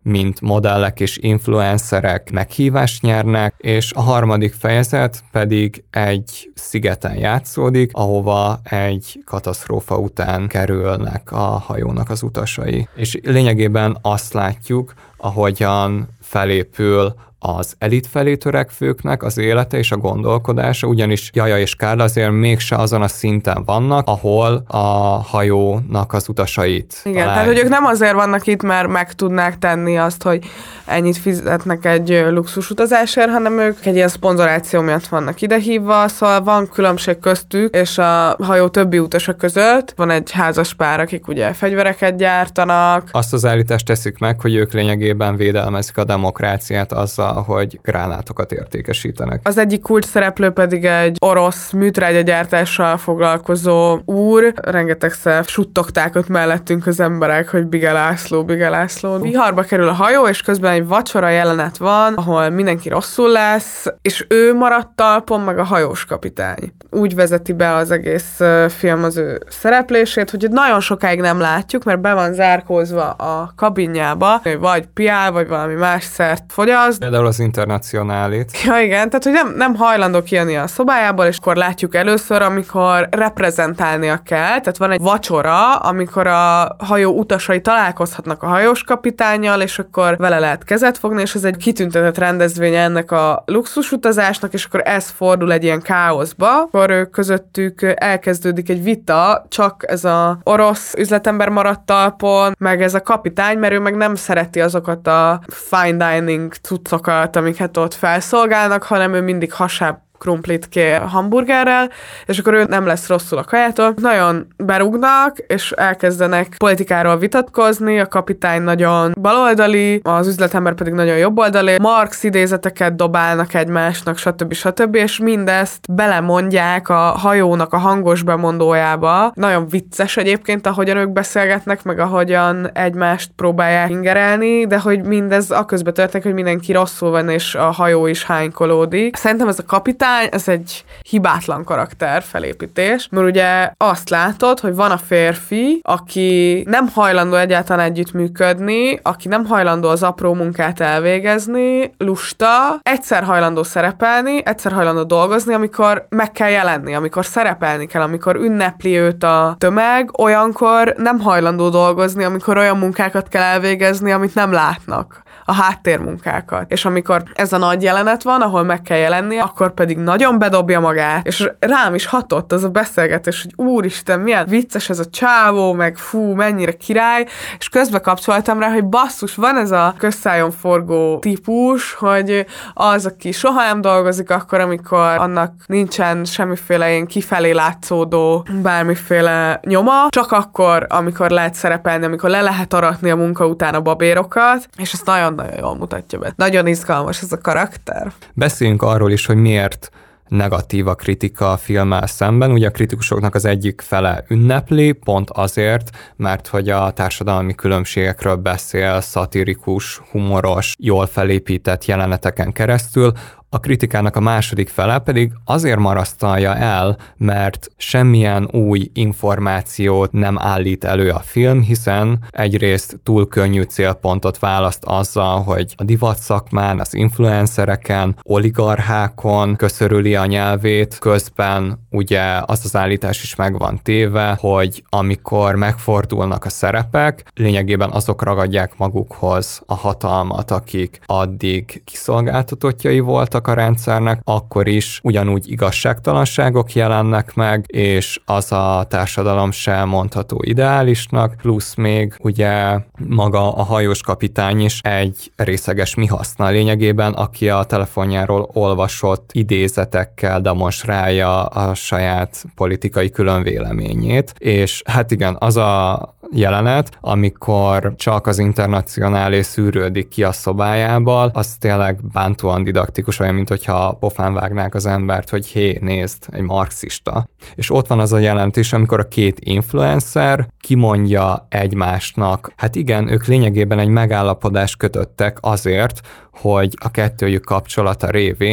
mint modellek és influencerek meghívást nyernek, és a harmadik fejezet pedig egy szigeten játszódik, ahova egy katasztrófa után kerülnek a hajónak az utasai. És lényegében azt látjuk, ahogyan felépül az elit felé törekvőknek az élete és a gondolkodása, ugyanis Jaja és Kárla azért mégse azon a szinten vannak, ahol a hajónak az utasait Igen, találják. tehát hogy ők nem azért vannak itt, mert meg tudnák tenni azt, hogy ennyit fizetnek egy luxusutazásért, hanem ők egy ilyen szponzoráció miatt vannak idehívva, szóval van különbség köztük és a hajó többi utasa között. Van egy házas pár, akik ugye fegyvereket gyártanak. Azt az állítást teszik meg, hogy ők lényegében védelmezik a demokráciát azzal, hogy gránátokat értékesítenek. Az egyik kulcs szereplő pedig egy orosz műtrágyagyártással foglalkozó úr. Rengetegszer suttogták ott mellettünk az emberek, hogy Bige László, Bige László. Viharba kerül a hajó, és közben egy vacsora jelenet van, ahol mindenki rosszul lesz, és ő maradt talpon, meg a hajós kapitány. Úgy vezeti be az egész film az ő szereplését, hogy nagyon sokáig nem látjuk, mert be van zárkózva a kabinjába, vagy piál, vagy valami más szert fogyaszt. Például az Internacionálit. Ja igen, tehát hogy nem, nem hajlandó kijönni a szobájából, és akkor látjuk először, amikor reprezentálnia kell, tehát van egy vacsora, amikor a hajó utasai találkozhatnak a hajós kapitánnyal, és akkor vele lehet kezet fogni, és ez egy kitüntetett rendezvénye ennek a luxusutazásnak, és akkor ez fordul egy ilyen káoszba, akkor ők közöttük elkezdődik egy vita, csak ez a orosz üzletember maradt talpon, meg ez a kapitány, mert ő meg nem szereti azokat a fine dining cuccokat, amiket ott felszolgálnak, hanem ő mindig hasább krumplit kér hamburgerrel, és akkor ő nem lesz rosszul a kajától. Nagyon berúgnak, és elkezdenek politikáról vitatkozni, a kapitány nagyon baloldali, az üzletember pedig nagyon jobboldali, Marx idézeteket dobálnak egymásnak, stb. stb. És mindezt belemondják a hajónak a hangos bemondójába. Nagyon vicces egyébként, ahogyan ők beszélgetnek, meg ahogyan egymást próbálják ingerelni, de hogy mindez aközben történik, hogy mindenki rosszul van, és a hajó is hánykolódik. Szerintem ez a kapitány ez egy hibátlan karakter felépítés, mert ugye azt látod, hogy van a férfi, aki nem hajlandó egyáltalán együttműködni, aki nem hajlandó az apró munkát elvégezni, lusta, egyszer hajlandó szerepelni, egyszer hajlandó dolgozni, amikor meg kell jelenni, amikor szerepelni kell, amikor ünnepli őt a tömeg, olyankor nem hajlandó dolgozni, amikor olyan munkákat kell elvégezni, amit nem látnak, a háttérmunkákat. És amikor ez a nagy jelenet van, ahol meg kell jelenni, akkor pedig nagyon bedobja magát, és rám is hatott az a beszélgetés, hogy úristen, milyen vicces ez a csávó, meg fú, mennyire király, és közbe kapcsoltam rá, hogy basszus, van ez a közszájon forgó típus, hogy az, aki soha nem dolgozik akkor, amikor annak nincsen semmiféle ilyen kifelé látszódó bármiféle nyoma, csak akkor, amikor lehet szerepelni, amikor le lehet aratni a munka után a babérokat, és ezt nagyon-nagyon jól mutatja be. Nagyon izgalmas ez a karakter. Beszéljünk arról is, hogy miért negatív a kritika a filmmel szemben. Ugye a kritikusoknak az egyik fele ünnepli, pont azért, mert hogy a társadalmi különbségekről beszél, szatirikus, humoros, jól felépített jeleneteken keresztül. A kritikának a második fele pedig azért marasztalja el, mert semmilyen új információt nem állít elő a film, hiszen egyrészt túl könnyű célpontot választ azzal, hogy a divatszakmán, az influencereken, oligarchákon köszörüli a nyelvét, közben ugye az az állítás is meg van téve, hogy amikor megfordulnak a szerepek, lényegében azok ragadják magukhoz a hatalmat, akik addig kiszolgáltatottjai voltak a rendszernek, akkor is ugyanúgy igazságtalanságok jelennek meg, és az a társadalom sem mondható ideálisnak, plusz még ugye maga a hajós kapitány is egy részeges mihaszna lényegében, aki a telefonjáról olvasott idézetekkel demonstrálja a saját politikai különvéleményét, és hát igen, az a jelenet, amikor csak az Internacionálé szűrődik ki a szobájából, az tényleg bántóan didaktikus, olyan, mint hogyha pofán vágnák az embert, hogy hé, nézd, egy marxista. És ott van az a jelentés, amikor a két influencer kimondja egymásnak, hát igen, ők lényegében egy megállapodást kötöttek azért, hogy a kettőjük kapcsolata révén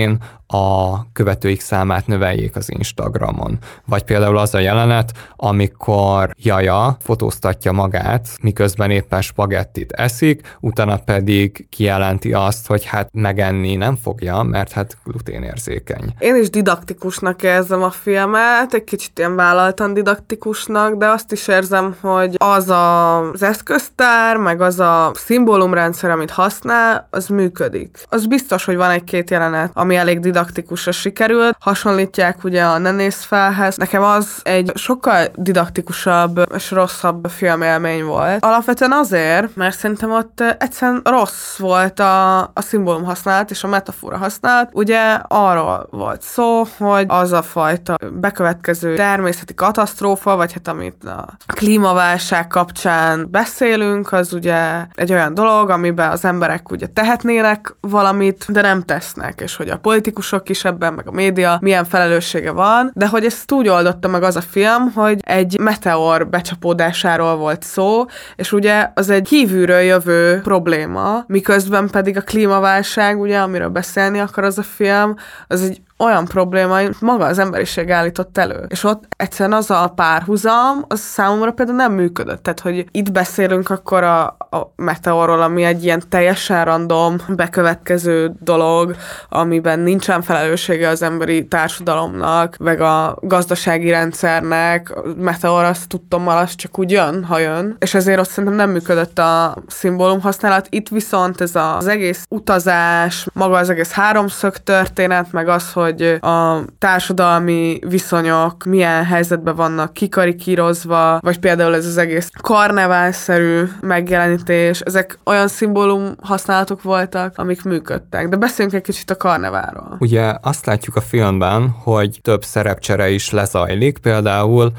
a követőik számát növeljék az Instagramon. Vagy például az a jelenet, amikor Jaja fotóztatja magát, miközben éppen spagettit eszik, utána pedig kijelenti azt, hogy hát megenni nem fogja, mert hát gluténérzékeny. Én is didaktikusnak érzem a filmet, egy kicsit ilyen vállaltan didaktikusnak, de azt is érzem, hogy az a, az eszköztár, meg az a szimbólumrendszer, amit használ, az működik. Az biztos, hogy van egy-két jelenet, ami elég didaktikusra sikerült. Hasonlítják ugye a Ne nézz felhez. Nekem az egy sokkal didaktikusabb és rosszabb filmélmény volt. Alapvetően azért, mert szerintem ott egyszerűen rossz volt a, a szimbólum használat és a metafora használat. Ugye arról volt szó, hogy az a fajta bekövetkező természeti katasztrófa, vagy hát amit a klímaválság kapcsán beszélünk, az ugye egy olyan dolog, amiben az emberek ugye tehetnének valamit, de nem tesznek, és hogy a politikusok is ebben, meg a média milyen felelőssége van, de hogy ezt úgy oldotta meg az a film, hogy egy meteor becsapódásáról volt szó, és ugye az egy kívülről jövő probléma, miközben pedig a klímaválság, ugye, amiről beszélni akar az a film, az egy olyan probléma, amit maga az emberiség állított elő. És ott egyszerűen az a párhuzam, az számomra például nem működött. Tehát, hogy itt beszélünk akkor a, a meteorról, ami egy ilyen teljesen random, bekövetkező dolog, amiben nincsen felelőssége az emberi társadalomnak, meg a gazdasági rendszernek. A meteor, azt tudtommal, az csak úgy jön, ha jön. És ezért ott szerintem nem működött a szimbólum használat. Itt viszont ez az egész utazás, maga az egész háromszög történet, meg az, hogy hogy a társadalmi viszonyok milyen helyzetben vannak kikarikírozva, vagy például ez az egész karneválszerű megjelenítés, ezek olyan szimbólum használatok voltak, amik működtek. De beszéljünk egy kicsit a karneválról. Ugye azt látjuk a filmben, hogy több szerepcsere is lezajlik, például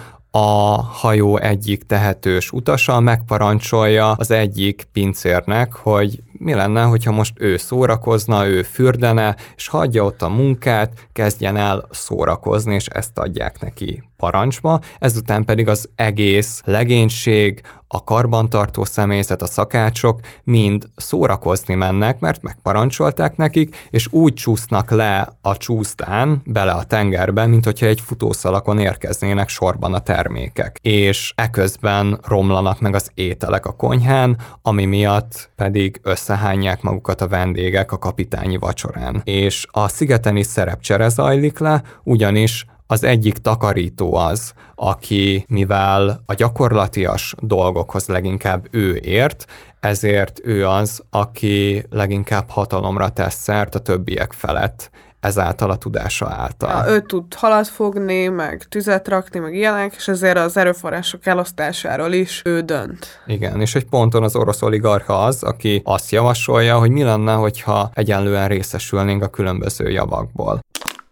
a hajó egyik tehetős utasa megparancsolja az egyik pincérnek, hogy mi lenne, hogyha most ő szórakozna, ő fürdene, és hagyja ott a munkát, kezdjen el szórakozni, és ezt adják neki parancsba. Ezután pedig az egész legénység, a karbantartó személyzet, a szakácsok mind szórakozni mennek, mert megparancsolták nekik, és úgy csúsznak le a csúsztán, bele a tengerbe, mint hogyha egy futószalakon érkeznének sorban a termékek. És eközben romlanak meg az ételek a konyhán, ami miatt pedig összehányják magukat a vendégek a kapitányi vacsorán. És a szigeten is szerepcsere zajlik le, ugyanis az egyik takarító az, aki, mivel a gyakorlatias dolgokhoz leginkább ő ért, ezért ő az, aki leginkább hatalomra tesz szert a többiek felett, ezáltal a tudása által. Ja, ő tud halat fogni, meg tüzet rakni, meg ilyenek, és ezért az erőforrások elosztásáról is ő dönt. Igen, és egy ponton az orosz oligarcha az, aki azt javasolja, hogy mi lenne, hogyha egyenlően részesülnénk a különböző javakból.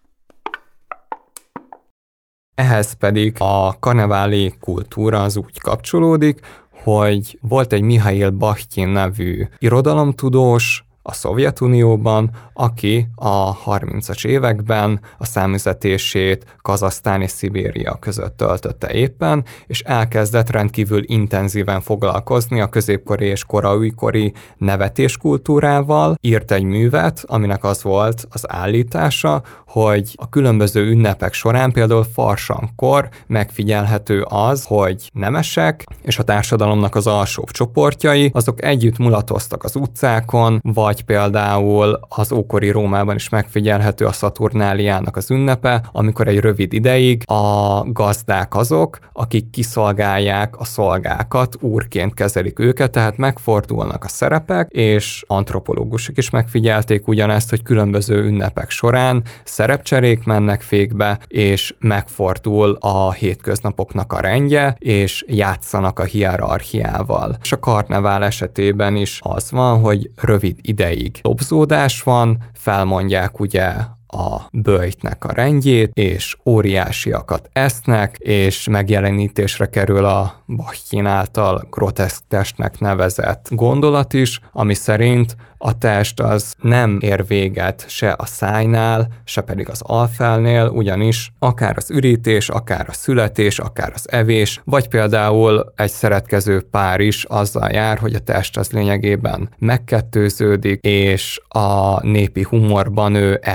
Ehhez pedig a karneváli kultúra az úgy kapcsolódik, hogy volt egy Mihail Bakhtin nevű irodalomtudós a Szovjetunióban, aki a harmincas években a számüzetését Kazahsztán és Szibéria között töltötte éppen, és elkezdett rendkívül intenzíven foglalkozni a középkori és koraújkori nevetéskultúrával. Írt egy művet, aminek az volt az állítása, hogy a különböző ünnepek során, például farsankor megfigyelhető az, hogy nemesek és a társadalomnak az alsóbb csoportjai, azok együtt mulatoztak az utcákon, vagy például az ókori Rómában is megfigyelhető a Szaturnáliának az ünnepe, amikor egy rövid ideig a gazdák azok, akik kiszolgálják a szolgákat, úrként kezelik őket, tehát megfordulnak a szerepek, és antropológusok is megfigyelték ugyanezt, hogy különböző ünnepek során szerepcserék mennek fékbe, és megfordul a hétköznapoknak a rendje, és játszanak a hierarchiával. És a karnevál esetében is az van, hogy rövid ideig dobzódás van, felmondják ugye a böjtnek a rendjét, és óriásiakat esznek, és megjelenítésre kerül a Bakhtin által groteszk testnek nevezett gondolat is, ami szerint a test az nem ér véget se a szájnál, se pedig az alfelnél, ugyanis akár az ürítés, akár a születés, akár az evés, vagy például egy szeretkező pár is azzal jár, hogy a test az lényegében megkettőződik, és a népi humorban ő ezt vél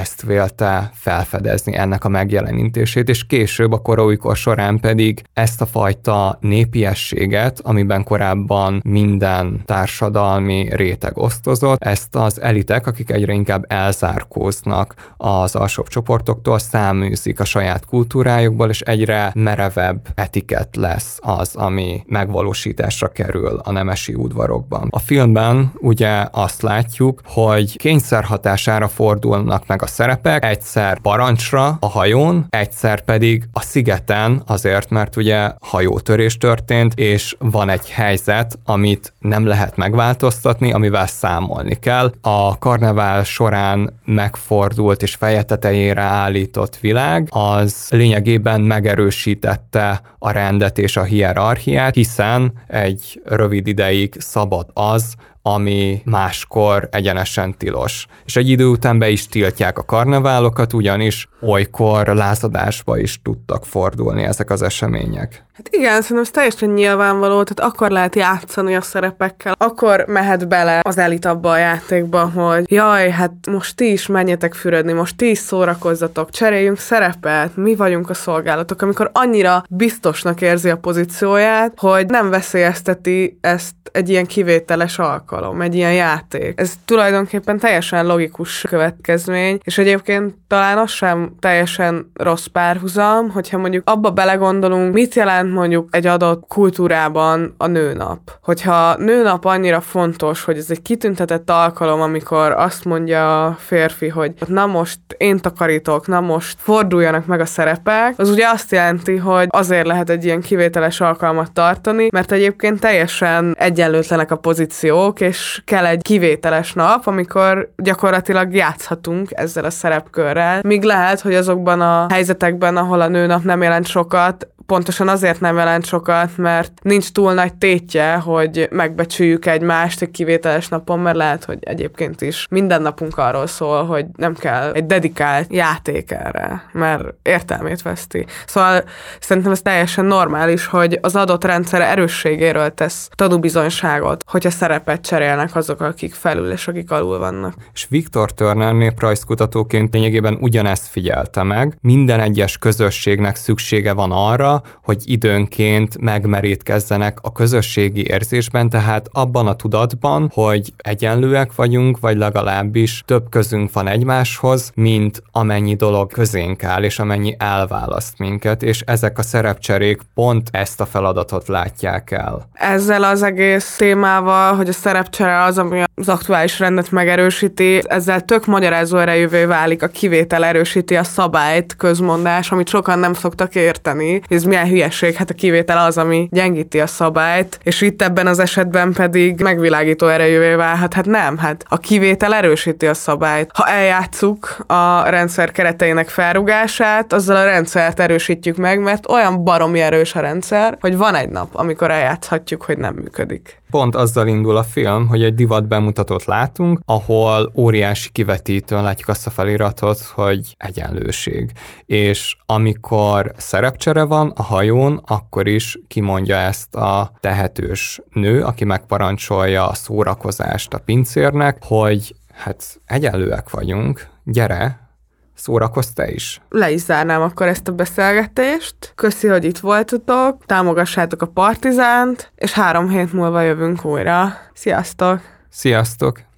megítélte felfedezni ennek a megjelenítését, és később a kora-újkor során pedig ezt a fajta népiességet, amiben korábban minden társadalmi réteg osztozott, ezt az elitek, akik egyre inkább elzárkóznak az alsóbb csoportoktól, száműzik a saját kultúrájukból, és egyre merevebb etikett lesz az, ami megvalósításra kerül a nemesi udvarokban. A filmben ugye azt látjuk, hogy kényszer hatására fordulnak meg a szerepek, egyszer parancsra a hajón, egyszer pedig a szigeten, azért, mert ugye hajótörés történt, és van egy helyzet, amit nem lehet megváltoztatni, amivel számolni kell. A karnevál során megfordult és feje tetejére állított világ, az lényegében megerősítette a rendet és a hierarchiát, hiszen egy rövid ideig szabad az, ami máskor egyenesen tilos. És egy idő után be is tiltják a karneválokat, ugyanis olykor lázadásba is tudtak fordulni ezek az események. Hát igen, szerintem ez teljesen nyilvánvaló, tehát akkor lehet játszani a szerepekkel, akkor mehet bele az elit abba a játékba, hogy jaj, hát most ti is menjetek fürödni, most ti is szórakozzatok, cseréljünk szerepet, mi vagyunk a szolgálatok, amikor annyira biztosnak érzi a pozícióját, hogy nem veszélyezteti ezt egy ilyen kivételes alkalom, egy ilyen játék. Ez tulajdonképpen teljesen logikus következmény, és egyébként talán az sem teljesen rossz párhuzam, hogyha mondjuk abba belegondolunk, mit jelent mondjuk egy adott kultúrában a nőnap. Hogyha nőnap annyira fontos, hogy ez egy kitüntetett alkalom, amikor azt mondja a férfi, hogy na most én takarítok, na most forduljanak meg a szerepek, az ugye azt jelenti, hogy azért lehet egy ilyen kivételes alkalmat tartani, mert egyébként teljesen egyenlőtlenek a pozíciók, és kell egy kivételes nap, amikor gyakorlatilag játszhatunk ezzel a szerepkörrel. Míg lehet, hogy azokban a helyzetekben, ahol a nőnap nem jelent sokat, pontosan azért nem jelent sokat, mert nincs túl nagy tétje, hogy megbecsüljük egymást egy kivételes napon, mert lehet, hogy egyébként is minden napunk arról szól, hogy nem kell egy dedikált játék erre, mert értelmét veszti. Szóval szerintem ez teljesen normális, hogy az adott rendszer erősségéről tesz tanúbizonyságot, hogyha szerepet cserélnek azok, akik felül és akik alul vannak. És Viktor Turner néprajzkutatóként lényegében ugyanezt figyelte meg. Minden egyes közösségnek szüksége van arra, hogy időnként megmerítkezzenek a közösségi érzésben, tehát abban a tudatban, hogy egyenlőek vagyunk, vagy legalábbis több közünk van egymáshoz, mint amennyi dolog közénk áll, és amennyi elválaszt minket, és ezek a szerepcserék pont ezt a feladatot látják el. Ezzel az egész témával, hogy a szerepcsere az, ami az aktuális rendet megerősíti, ezzel tök magyarázó erejűvé válik a kivétel erősíti a szabályt közmondás, amit sokan nem szoktak érteni. Ez milyen hülyeség, hát a kivétel az, ami gyengíti a szabályt, és itt ebben az esetben pedig megvilágító erejűvé válhat. Hát nem, hát a kivétel erősíti a szabályt. Ha eljátszuk a rendszer kereteinek felrugását, azzal a rendszert erősítjük meg, mert olyan baromi erős a rendszer, hogy van egy nap, amikor eljátszhatjuk, hogy nem működik. Pont azzal indul a film, hogy egy divat bemutatót látunk, ahol óriási kivetítőn látjuk azt a feliratot, hogy egyenlőség. És amikor szerepcsere van a hajón, akkor is kimondja ezt a tehetős nő, aki megparancsolja a szórakozást a pincérnek, hogy hát egyenlőek vagyunk, gyere, szórakozz te is. Le is zárnám akkor ezt a beszélgetést. Köszi, hogy itt voltatok, támogassátok a Partizánt, és három hét múlva jövünk újra. Sziasztok! Sziasztok!